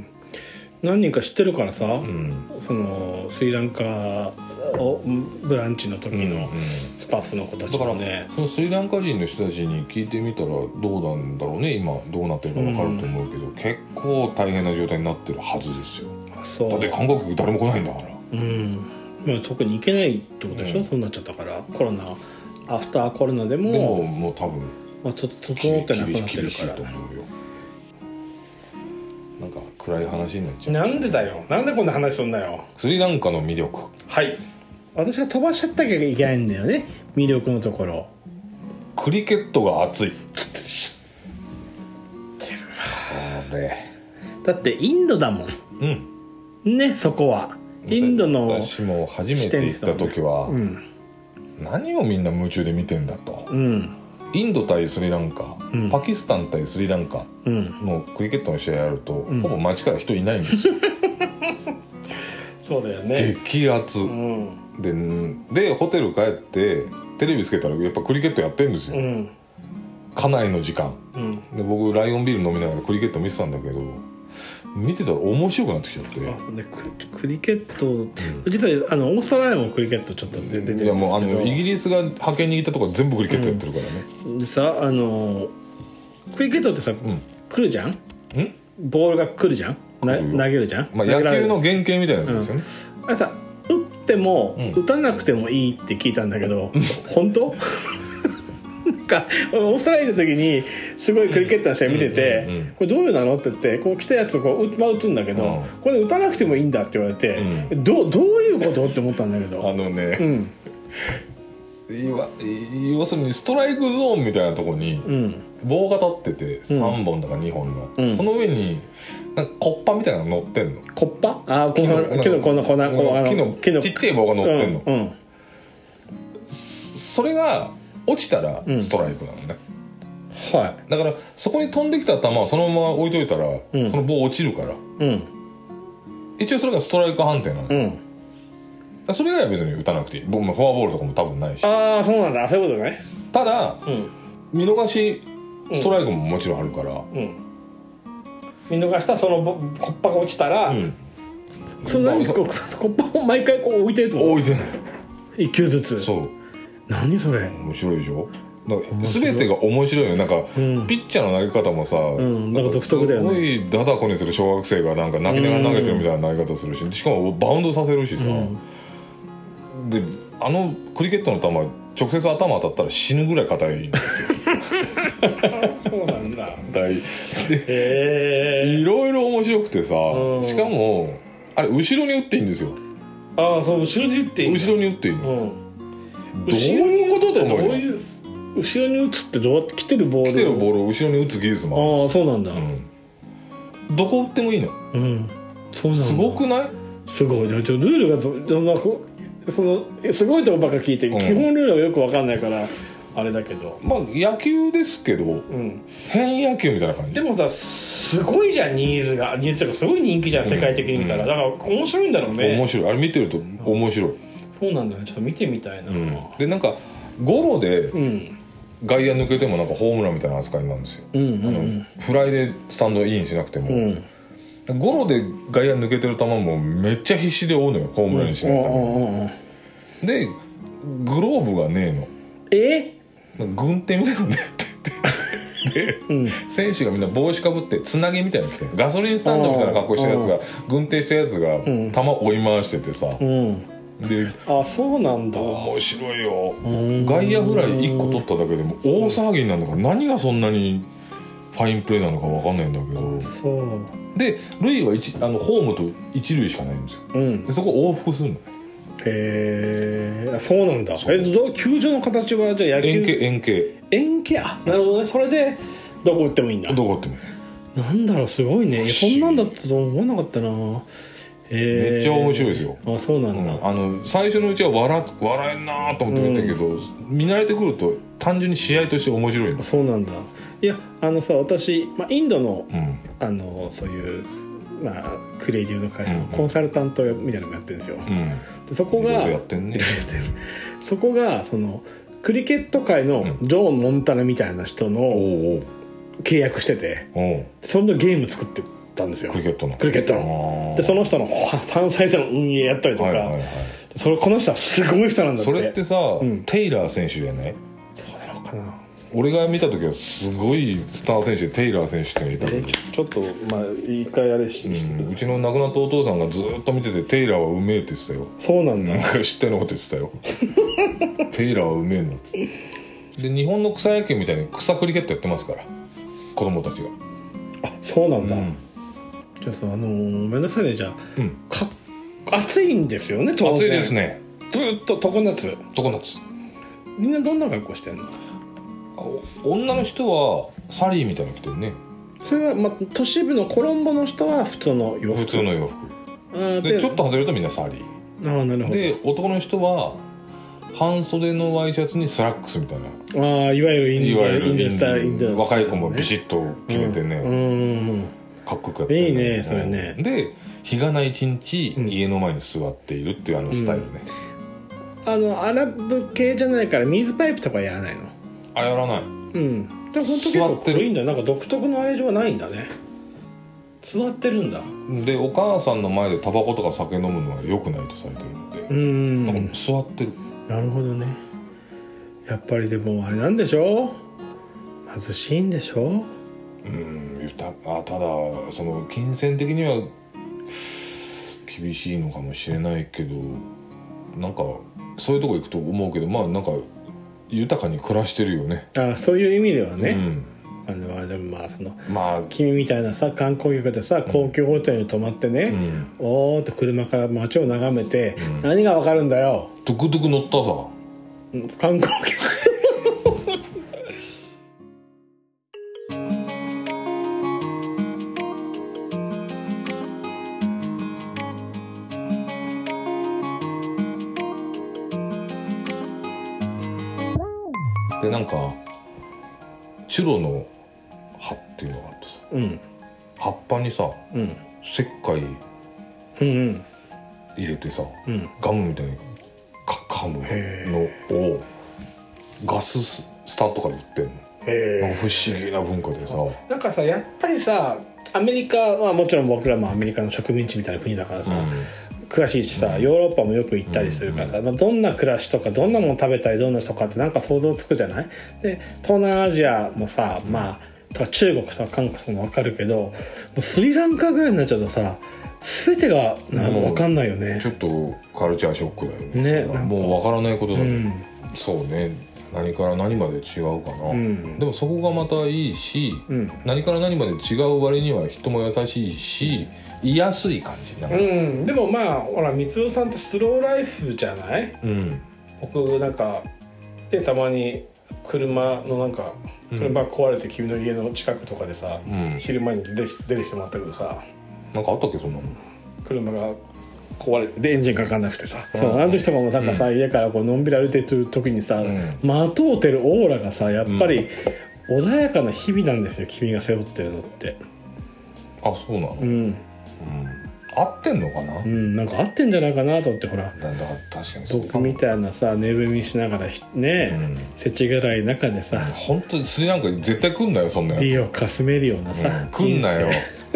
何人か知ってるからさ、うん、そのスリランカをブランチの時のスタッフの子たちもね、 だからそのスリランカ人の人たちに聞いてみたらどうなんだろうね、今どうなってるか分かると思うけど、うん、結構大変な状態になってるはずですよ。あ、そうだって韓国誰も来ないんだから、うんまあ、特に行けないってことでしょ、うん、そうなっちゃったから。コロナアフターコロナでもでももう多分、 まあ、ちょっと整ってなくなってるから厳しいと思うよ。なんか暗い話になっちゃう。 なんでだよ、なんでこんな話すんだよ。 スリランカの魅力、 はい、私が飛ばしちゃったきゃいけないんだよね、魅力のところ。 クリケットが熱い。これだってインドだもん、うん、ね、そこはインドの。 私も初めて行った時は、うん、何をみんな夢中で見てんだと、うん、インド対スリランカ、うん、パキスタン対スリランカのクリケットの試合やると、うん、ほぼ街から人いないんですよそうだよね、 激アツ、うん、で, でホテル帰ってテレビつけたらやっぱクリケットやってるんですよ、うん、かなりの時間、うん、で僕ライオンビール飲みながらクリケット見てたんだけど、見てたら面白くなってきちゃって。あで ク, クリケット、うん、実はあのオーストラリアもクリケットちょっと出てるんですけど、いやもうあのイギリスが派遣に行ったところ全部クリケットやってるからね、 うん、でさあのクリケットってさ、うん、来るじゃん、んボールが来るじゃん、な投げるじゃん、 まあ、野球の原型みたいなやつですよね、 うん、あれさ打っても、うん、打たなくてもいいって聞いたんだけど、本当なんかオーストラリアの時にすごいクリケットの試合見てて、うんうんうん、これどういうなのって言ってこう来たやつをこう、まあ、打つんだけど、うん、これ打たなくてもいいんだって言われて、うん、ど, どういうことって思ったんだけど、 あのね、うん、要するにストライクゾーンみたいなところに、うん、 棒が立っててさんぼんだかにほんの、うん、その上になんかコッパみたいなの乗ってんの。 コッパ？ああ、木の木のこの粉、 木の木のちっちゃい棒が乗ってんの、 うんうん、 それが落ちたらストライクなのね、 うん、はい。 だからそこに飛んできた球をそのまま置いといたら、うん、その棒落ちるから、うん、一応それがストライク判定なの、うん、それ以外は別に打たなくていい。フォアボールとかも多分ないし。 ああ、そうなんだ、そういうことね。 ただ、うん、見逃しストライクももちろんあるから、うんうん、 見逃したそのコッパが落ちたら、うん、その何こうコッパを毎回こう置いてると置いてるいっきゅうずつ。 そう。 何それ。 面白いでしょ。全てが面白いよ。なんか、うん、ピッチャーの投げ方もさ、うん、なんか独特だよね。すごいダダこねてる小学生がなんか泣きながら投げてるみたいな投げ方するし、しかもバウンドさせるしさ、うん、であのクリケットの球直接頭当たったら死ぬぐらい硬いんですよ。 そうなんだ。 で、えー、いろいろ面白くてさ、うん、しかもあれ後ろに打っていいんですよ。 ああ、そう、後ろに打っていいんだ。 後ろに打っていいの、うん、どういうことだと思うよ。 後ろに打つってどうやって来てるボール来てるボールを後ろに打つ技術もある。 ああ、そうなんだ、 うん、どこ打ってもいいの、 うん、そうなんだ。 すごくない？ すごい。ルールがそんなそのすごいとこばっか聞いて、うん、基本ルールはよく分かんないからあれだけど、 まあ野球ですけど、うん、変野球みたいな感じ。 でもさ、すごいじゃん、ニーズがニーズとかすごい人気じゃん、世界的に見たら、うん、だから面白いんだろうね。 面白い。あれ見てると面白い、うん、 そうなんだね。ちょっと見てみたいな、うん、 でなんかゴロで、うん、外野抜けてもなんかホームランみたいな扱いになるんですよ、うんうんうん、あのフライでスタンドインしなくても、うん、ゴロで外野抜けてる球もめっちゃ必死で追うのよ、ホームランにしないために、うんうんうん、でグローブがねえの。 え軍手みたいなのでで、うん、選手がみんな帽子かぶってつなぎみたいなの着てる、ガソリンスタンドみたいな格好してるやつが、軍手したやつが球追い回しててさ、うん、で、 あ、そうなんだ。 面白いよ。外野フライいっこ取っただけでも大騒ぎになるんだから、何がそんなにファインプレーなのか分かんないんだけど、 そうで塁は一あのホームと一塁しかないんですよ、うん、でそこ往復するの。 へえ、そうなんだ。え、どう球場の形はじゃあ野球円形円形円形、あ、なるほどね。それでどこ打ってもいいんだ。 どこ打ってもいい。なんだろう、すごいね。そんなんだったと思わなかったな。 めっちゃ面白いですよ。 あ、そうなんだ、 うん、あの最初のうちは笑笑えんなと思って見たけど、うん、見慣れてくると単純に試合として面白いんだ。 そうなんだ。いや、あのさ、私、まあ、インドの、うん、あのそういう、まあ、クレイジーの会社のコンサルタントみたいなのをやってるんですよ、うん、でそこがやってんねそこがそのクリケット界のジョーン・モンタナみたいな人の契約してて、うん、そのゲーム作ってたんですよ、 クリケットのクリケットので、その人のさんさい差の運営やったりとか、はいはいはい、それこの人はすごい人なんだって。 それってさ、うん、テイラー選手じゃない？ そうなのかな。 俺が見た時はすごいスター選手でテイラー選手ってのがいたけど、 ちょっとまあ一回あれし、 うん、うちの亡くなったお父さんがずっと見てて、テイラーはうめえって言ってたよ。 そうなんだ。 なんか知ったようなこと言ってたよ。テイラーはうめえんだって。で日本の草野球みたいに草クリケットやってますから、子供たちが。 あ、そうなんだ、うん、じゃあさ、あのー、ごめんなさいね、じゃあ、うん、か暑いんですよね、当然。 暑いですね。 ずっと常夏常夏。 みんなどんな格好してんの？ 女の人はサリーみたいなの着てるね。 それは、まあ、都市部のコロンボの人は普通の洋服。 普通の洋服。あでちょっと外れるとみんなサリー。あ、なるほど。 で男の人は半袖のワイシャツにスラックスみたいな。 ああ、いわゆるインディアインディアスタイル、 若い子もビシッと決めてね、うんうん、かっこよくやってる、 ね、いいねそれね。 で日がない一日、うん、家の前に座っているっていうあのスタイルね、 うん、あのアラブ系じゃないから水パイプとかやらないの？ あ、やらない。 うん。でも本当結構かっこいいんだ。なんか独特のあれはないんだね。座ってるんだ。 でお母さんの前でタバコとか酒飲むのは良くないとされてるので、うん、なんか座ってる。 なるほどね。やっぱりでもあれなんでしょう、貧しいんでしょう。うん、 たあただその金銭的には厳しいのかもしれないけど、なんかそういうとこ行くと思うけど、まあなんか豊かに暮らしてるよね。 あ、そういう意味ではね、うん、あのあれでもまあその、まあ、君みたいなさ観光客でさ高級ホテルに泊まってね、うん、おーっと車から街を眺めて、うん、何がわかるんだよ。 トゥクトゥク乗ったさ、 観光客でなんかチュロの葉っていうのがあってさ、うん、葉っぱにさ、うん、石灰入れてさ、うん、ガムみたいに噛むのをガススターとかで売ってんの。へなんか不思議な文化でさ、 なんかさやっぱりさアメリカはもちろん僕らもアメリカの植民地みたいな国だからさ、うん詳しいしさ、ヨーロッパもよく行ったりするからさ、うんうん、どんな暮らしとかどんなもの食べたりどんな人かってなんか想像つくじゃない。で東南アジアもさ、まあとか中国とか韓国も分かるけど、もうスリランカぐらいになっちゃうとさ全てがなんか分かんないよね。 ちょっとカルチャーショックだよね。ねもう分からないことだね、うん、そうね何から何まで違うかな、うん、でもそこがまたいいし、うん、何から何まで違う割には人も優しいし居やすい感じな、うん、 でもまあほら光雄さんってスローライフじゃない、うん、僕なんかでたまに車のなんか車壊れて君の家の近くとかでさ、うん、昼前に出て出てきてもらったけどさなんかあったっけそんなの車が壊れてでエンジンかかんなくてさ、うん、そうあの時とかもなんかさ、うん、家からこうのんびり歩いてる時にさ、うん、まとうてるオーラがさやっぱり穏やかな日々なんですよ、君が背負ってるのって。 あそうなの、うんうん、合ってんのかな、 うん、なんか合ってんじゃないかなと思って。ほらだだ確かにそう僕みたいなさ寝踏みしながらねせちがらい中でさ、 本当にスリランカ絶対来んなよそんなやつ。 美をかすめるようなさ、 うん、来んなよ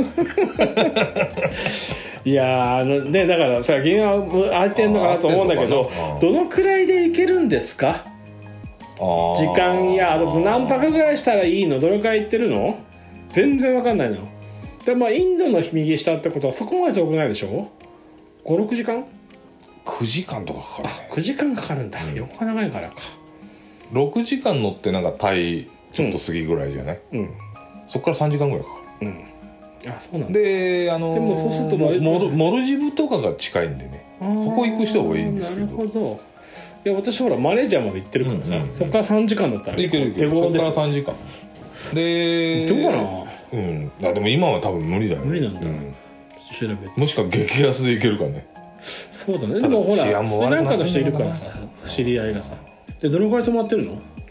いやーでだからさ銀は空いてんのかなと思うんだけど、どのくらいで行けるんですか。あ時間や何泊ぐらいしたらいいの、どれくらい行ってるの全然わかんないの。でまあインドの右下ってことはそこまで遠くないでしょ。ご、ろくじかんくじかんとかかかる、ね、 あくじかんかかるんだ、うん、よっか長いからか。 ろくじかん乗ってなんかタイちょっと過ぎぐらいじゃない、うんうん、そっからさんじかんぐらいかかる、うんあそうなんだ。 であのでもそうするとモル、モルジブとかが近いんでねそこ行く人がいいんですけど。なるほど。 いや私ほらマレーシアまで行ってるからさ、うんうんうん、そこからさんじかんだったら行ける行ける。そこからさんじかんでどうかな。 うん、いやでも今は多分無理だよ。 無理なんだ、うん、調べてもしくは激安で行けるかね。 そうだね。でもほらスリランカの人いるからさ知り合いがさ。でどのくらい泊まってるの。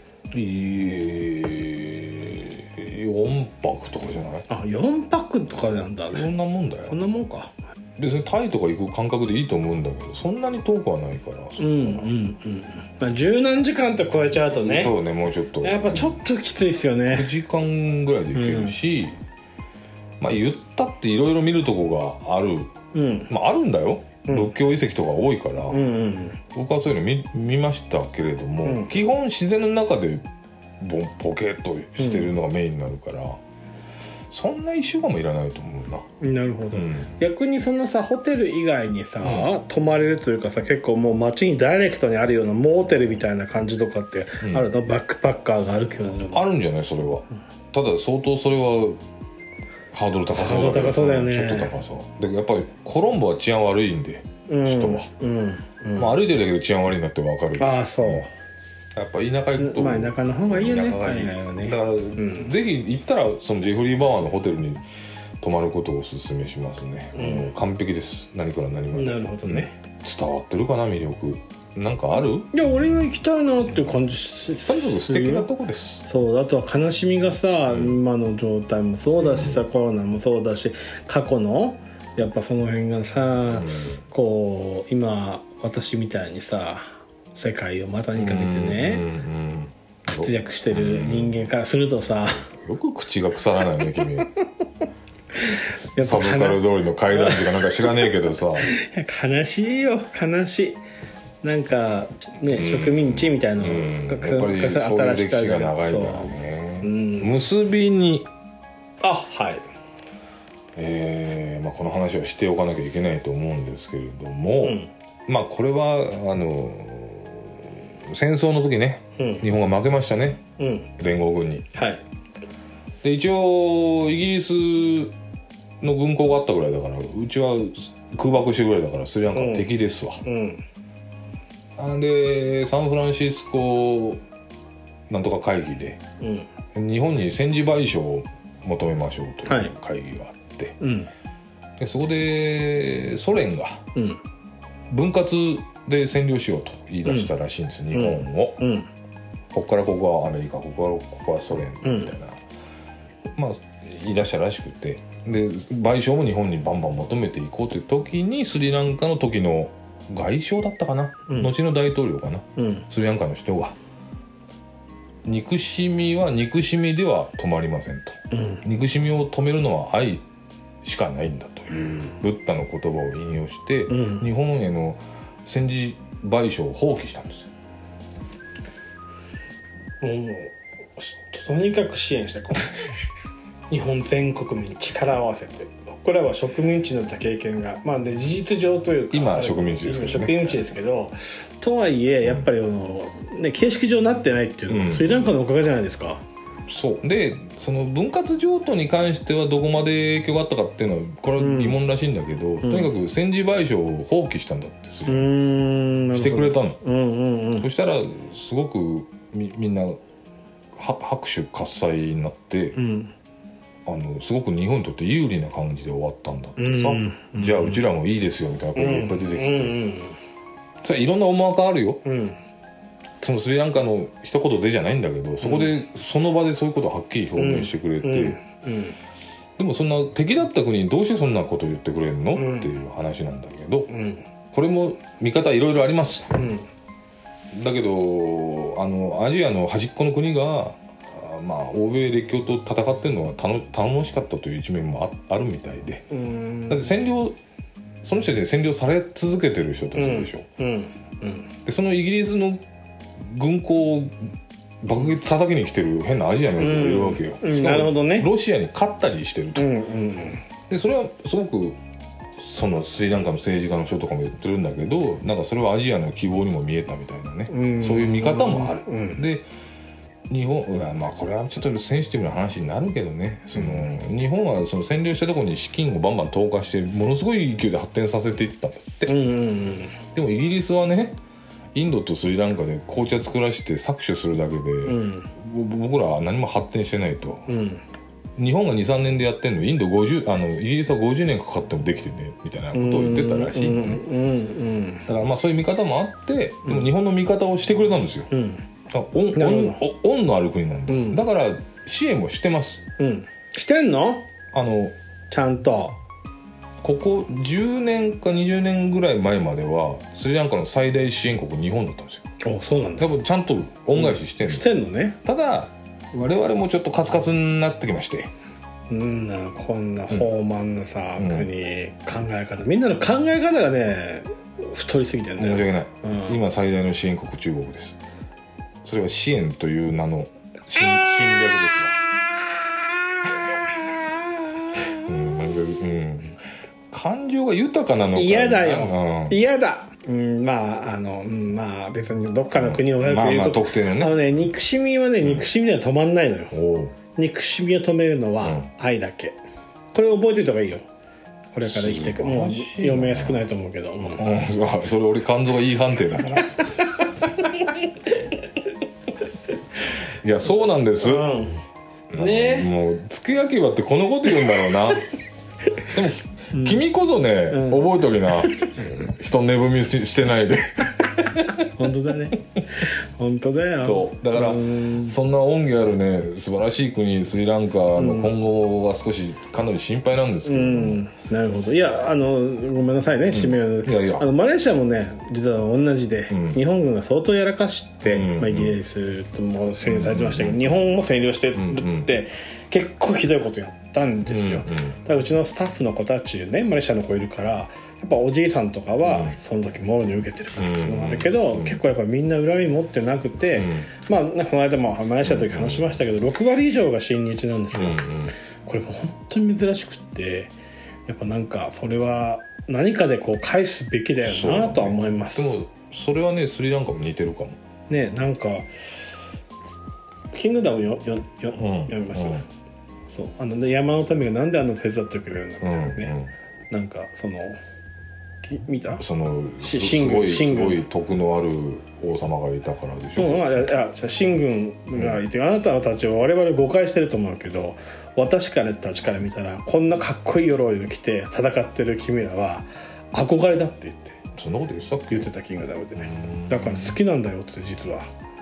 えー、よんぱくとかじゃない。 あよんぱくとかなんだね。 そんなもんだよ。 そんなもんか。 別にタイとか行く感覚でいいと思うんだけどそんなに遠くはないから。 うんうんうんまあ十何時間って超えちゃうとね。 そうねもうちょっとやっぱちょっときついですよね。 くじかんぐらいで行けるし、うん、まあ言ったっていろいろ見るとこがある、うんまあ、あるんだよ、うん、仏教遺跡とか多いから、うんうん、僕はそういうの 見, 見ましたけれども、うん、基本自然の中でボンポケッとしてるのがメインになるから、うんそんないっしゅうかんもいらないと思うな。なるほど、うん、逆にそのさホテル以外にさ、うん、泊まれるというかさ結構もう街にダイレクトにあるようなモーテルみたいな感じとかってあるの、うん、バックパッカーがあるけどあるんじゃないそれは、うん、ただ相当それはハードル高そうだ、ね、 ハードル高そうだよね。 ちょっと高そうでやっぱりコロンボは治安悪いんで、うん、首都は、うんうんまあ、歩いてるだけで治安悪いなって分かる。 ああそう、 やっぱ田舎行くと、 まあ田舎の方がいいよね。 田舎がいい、ね、だから、うん、ぜひ行ったらそのジェフリー・バワーのホテルに泊まることをお勧めしますね、うん、完璧です。何から何まで。 なるほどね、 伝わってるかな魅力なんかある。 いや俺は行きたいなっていう感じする。 素敵なとこです。 そうあとは悲しみがさ、うん、今の状態もそうだしさ、うん、コロナもそうだし過去のやっぱその辺がさ、うん、こう今私みたいにさ世界を股にかけてね、うんうんうん、活躍してる人間からするとさ、 よく口が腐らないね君サブカル通りの階段時がなんか知らねえけどさ悲しいよ悲しい。なんかね、うん、植民地みたいなのが、うん、やっぱりそういう歴史が長いからね、うん、結びにあはいえーまあ、この話をしておかなきゃいけないと思うんですけれども、うん、まあこれはあの戦争の時ね、うん、日本が負けましたね、うん、連合軍に、はい、で一応イギリスの軍港があったぐらいだからうちは空爆してるぐらいだからスリランカは敵ですわ、うんうん、でサンフランシスコなんとか会議で、うん、日本に戦時賠償を求めましょうという会議があって、はいうん、でそこでソ連が分割で占領しようと言い出したらしいんです、うん、日本を、うん、 ここからここはアメリカ、ここからここはソ連みたいな、うん、まあ言い出したらしくて、で賠償も日本にバンバン求めていこうという時にスリランカの時の外相だったかな、うん、後の大統領かな、うん、スリランカの人が憎しみは憎しみでは止まりませんと、うん、憎しみを止めるのは愛しかないんだという、うん、ブッダの言葉を引用して、うん、日本への戦時賠償を放棄したんですよ。 もうとにかく支援してこう日本全国民力を合わせて、僕らは植民地になった経験が、まあね、事実上というか今植民地ですけど、ね、 植民地ですけど、とはいえやっぱりあの、ね、形式上なってないっていうのは、うん、スリランカのおかげじゃないですか。 そうで、その分割譲渡に関してはどこまで影響があったかっていうのはこれは疑問らしいんだけど、うん、とにかく戦時賠償を放棄したんだってする、うん、してくれたの、うんうんうん、そしたらすごく み, みんな拍手喝采になって、うん、あのすごく日本にとって有利な感じで終わったんだってさ、うんうん、じゃあうちらもいいですよみたいなことがいっぱい出てきて、うんうん、それいろんな思惑あるよ、うん、そのスリランカの一言でじゃないんだけど、そこでその場でそういうことをはっきり表明してくれて、うんうんうん、でもそんな敵だった国にどうしてそんなこと言ってくれるの、うん、っていう話なんだけど、うん、これも見方いろいろあります、うん、だけどあのアジアの端っこの国がまあ、欧米列強と戦ってるのが頼もしかったという一面も あ, あるみたいで、うんだって占領その人たちで占領され続けてる人たちでしょ、うんうんうん、でそのイギリスの軍港を爆撃叩きに来てる変なアジアのやつがいるわけよ、うん、しかもなるほどね、ロシアに勝ったりしてると、うんうん、でそれはすごくそのスリランカの政治家の人とかも言ってるんだけど、なんかそれはアジアの希望にも見えたみたいなね、うん、そういう見方もある、うん、で日本はまあこれはちょっとセンシティブな話になるけどね、その、うん、日本はその占領したところに資金をバンバン投下してものすごい勢いで発展させていったんだって、うんうんうん、でもイギリスはねインドとスリランカで紅茶作らせて搾取するだけで、うん、僕らは何も発展してないと、うん、日本が にさんねんでやってんのインドごじゅうあのイギリスはごじゅうねんかかってもできてねみたいなことを言ってたらしいのね、うんうんうん、だからまあそういう見方もあって、でも日本の見方をしてくれたんですよ、うん恩, 恩, 恩のある国なんです、うん、だから支援もしてます、 うん、してんのあのちゃんとここじゅうねんかにじゅうねんぐらい前まではスリランカの最大支援国日本だったんですよ。 あ、そうなんだ。 多分ちゃんと恩返ししてんの、 うん、してんのね。 ただ我々もちょっとカツカツになってきまして、 うんなこんな放漫なさ、うん、国考え方みんなの考え方がね太りすぎてるんだよ。 申し訳ない、うん、今最大の支援国中国です。それは支援という名の侵略ですわ、うんなんかうん、感情が豊かなのか嫌だよ、嫌、うん、だ、うん、まああの、うん、まあ別にどっかの国を、 うん、まあまあ特定のね、 あのね憎しみはね憎しみでは止まんないのよ、うん、憎しみを止めるのは愛だけ、うん、これ覚えておいた方がいいよ。これから生きていくもう余命少ないと思うけど、うんうん、 それ俺肝臓がいい判定だからいやそうなんです、うんね、もう付け焼き場ってこのこと言うんだろうなでも、うん、君こそね、うん、覚えときな、うん、人寝踏み し, してないで本当だね本当だよ。 そうだからそんな恩義あるね素晴らしい国スリランカの今後は少しかなり心配なんですけど、うん、 なるほど。いやあのごめんなさいね締め、うん、いやいやあのマレーシアもね実は同じで、うん、日本軍が相当やらかして、うんまあ、イギリスとも占領されてましたけど、うん、日本も占領してるって、うん、結構ひどいことやったんですよ、うんうん、だからうちのスタッフの子たちねマレーシアの子いるからやっぱおじいさんとかはその時もろに受けてるからっていうのがあるけど、うん、結構やっぱみんな恨み持ってなくて、うん、まあこの間もマレーシアの時話しましたけどろくわり以上が親日なんですよ、うん、これ本当に珍しくってやっぱなんかそれは何かでこう返すべきだよなとは思います。 でもそれはねスリランカも似てるかもね。なんかキングダムよよよ、うん、読みますよ、うん、そうあの山の民がなんであんな手伝ってくれるんだっていうね、うんうん、なんかその見たそのすごいすごい徳のある王様がいたからでしょ、うん、いや秦軍がいて、うん、あなたたちは我々誤解してると思うけど私たちから見たらこんなかっこいい鎧を着て戦ってる君らは憧れだって言ってそんなこと言ってたっけ？ 言ってたキングダムでね。だから好きなんだよって実は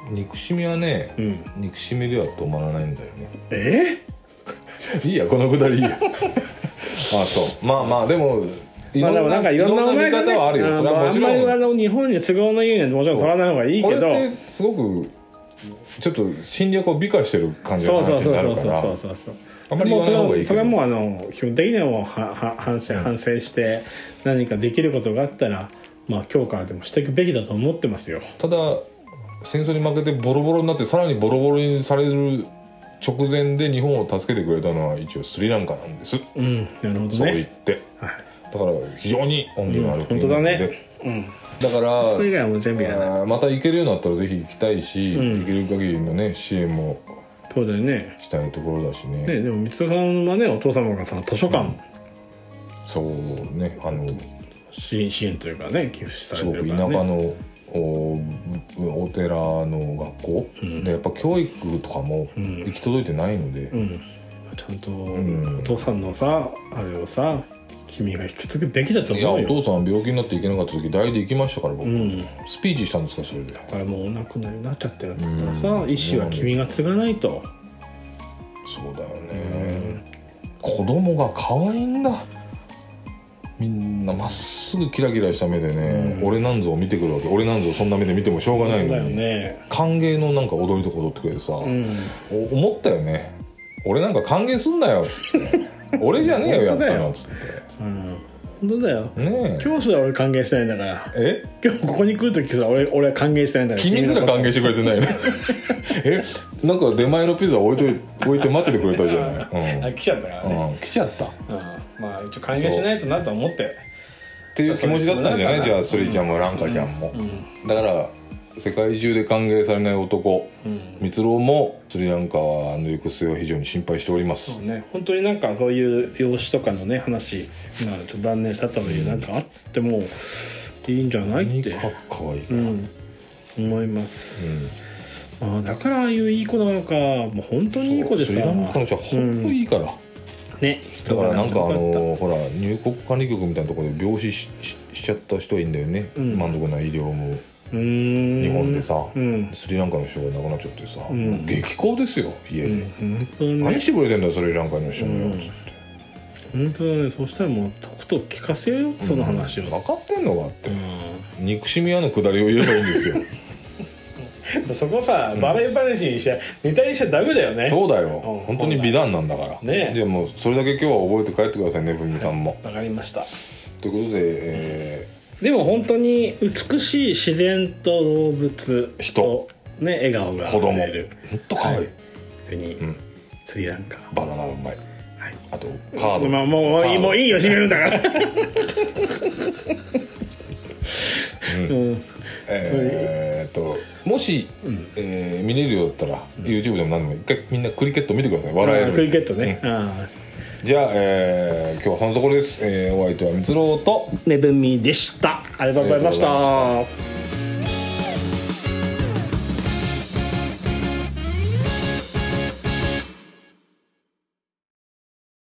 憎しみはね、うん、憎しみでは止まらないんだよね。 えー、いいやこのくだりいいやあそうまあまあでもいろんな、まあ、でもなんかいろんな見方はあるよ。それはもちろん、まあ、あんまり日本に都合のいいねもちろん取らない方がいいけど、これってすごくちょっと侵略を美化してる感じの話になるからあんまり言わない方がいいけど、それはもうあの基本的にはもうはは反省反省して何かできることがあったら、まあ、今日からでもしていくべきだと思ってますよ。ただ戦争に負けてボロボロになってさらにボロボロにされる直前で日本を助けてくれたのは一応スリランカなんです、うん、なるほどね、そう言って、はい、だから非常に恩義のある国なので、うん、本当だね、うん、だからそれ以外はもう全部やらない。また行けるようになったらぜひ行きたいし、うん、行ける限りのね支援もそうだよねしたいところだし ね, ねでも光代さんはねお父様がさ図書館、うん、そうねあの支援というかね寄付されてるからね、すごく田舎の お, お寺の学校、うん、でやっぱ教育とかも行き届いてないので、うんうん、ちゃんとお父さんのさあれをさ君が引き継ぐべきだと思うよ。いやお父さん病気になって行けなかった時代で行きましたから僕、うん、スピーチしたんですかそれで。だからもうお亡くなりになっちゃってるんだったらさ、うん、意思は君が継がないと。そうだよね、うん、子供が可愛いんだ。みんなまっすぐキラキラした目でね、うん、俺なんぞを見てくるわけ。俺なんぞをそんな目で見てもしょうがないのに、ね、歓迎のなんか踊りとか踊ってくれてさ、うん、思ったよね。俺なんか歓迎すんなよっつって俺じゃねえよやったのっつって、うん、本当だよ、ね、今日すら俺歓迎してないんだから。え今日ここに来る時すら 俺, 俺は歓迎してないんだから。君すら歓迎してくれてないのえなんか出前のピザ置いとい置いて待っててくれたじゃない、うん、あ来ちゃったからね、うん、来ちゃった、うん、まあ一応歓迎しないとなと思ってっていう気持ちだったんじゃない。じゃあスリちゃんもランカちゃんも、うんうん、だから世界中で歓迎されない男、うん、蜜蝋もスリランカはの行く末は非常に心配しております。そうね、本当になんかそういう養子とかのね話がちょっと断念したというなんかあってもいいんじゃないって。とにかく可愛いから、うん、思います、うん、あだからああいういい子なのか。もう本当にいい子でさ、スリランカの人は本当にいいから、うんね、だからなんかあのほら入国管理局みたいなところで病死 し, し, しちゃった人はいいんだよね、うん、満足な医療もうーん日本でさ、うん、スリランカの人が亡くなっちゃってさ、うん、激高ですよ家で、うん、何してくれてんだよスリランカの人もよ、うん、本当だね。そしたらもうとくと聞かせようよ、その話を、うん、分かってんのかって、うん、憎しみ屋のくだりを言えばいいんですよそこさ、バレエ話にしちゃネタにしちゃダメだよね。そうだよ、うん、本当に美談なんだからね。でもそれだけ今日は覚えて帰ってくださいね、文美さんも。わかりました。ということで、えー、でも本当に美しい自然と動物と人ね笑顔が子供本当可愛い、はい、それに、うん、スリランカバナナうまい、はい、あとカード、まあ、もうもうもういいよ閉めるんだからうん、うんえー、っともし、うんえー、見れるようだったら、うん、YouTube でも何でも一回みんなクリケット見てください。笑えるクリケットね、うん、あじゃあ、えー、今日はそのところです、えー、お相手はみつろうとねぶみでした。ありがとうございました。